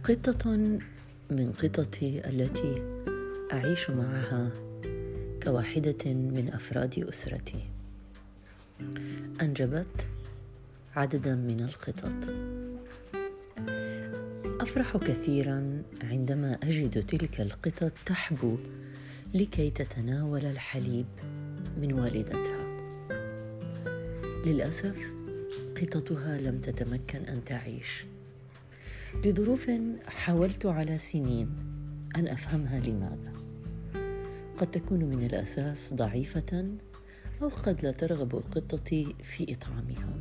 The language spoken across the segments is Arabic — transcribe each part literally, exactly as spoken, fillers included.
قطة من قططي التي أعيش معها كواحدة من أفراد أسرتي أنجبت عددا من القطط. أفرح كثيرا عندما أجد تلك القطط تحبو لكي تتناول الحليب من والدتها. للأسف قطتها لم تتمكن أن تعيش لظروف حاولت على سنين أن أفهمها لماذا. قد تكون من الأساس ضعيفة أو قد لا ترغب قطتي في إطعامها.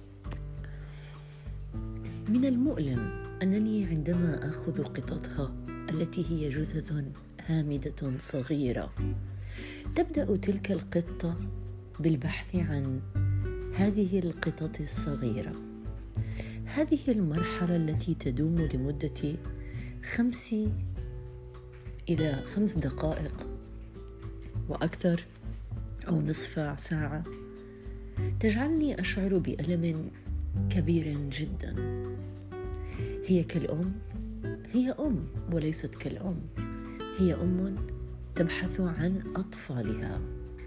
من المؤلم أنني عندما أخذ قطتها التي هي جثث هامدة صغيرة تبدأ تلك القطة بالبحث عن هذه القطط الصغيرة. هذه المرحلة التي تدوم لمدة خمس إلى خمس دقائق وأكثر أو نصف ساعة تجعلني أشعر بألم كبير جدا. هي كالأم، هي أم وليست كالأم، هي أم تبحث عن أطفالها،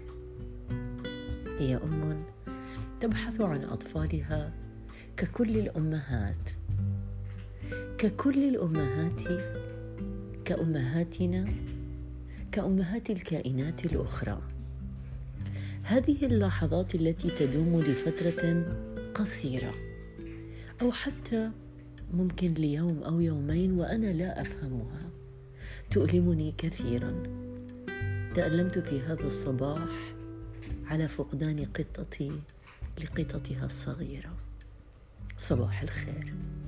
هي أم تبحث عن أطفالها ككل الأمهات، ككل الأمهات، كأمهاتنا، كأمهات الكائنات الأخرى. هذه اللحظات التي تدوم لفترة قصيرة أو حتى ممكن ليوم أو يومين وأنا لا أفهمها تؤلمني كثيرا. تألمت في هذا الصباح على فقدان قطتي لقطتها الصغيرة. صباح الخير.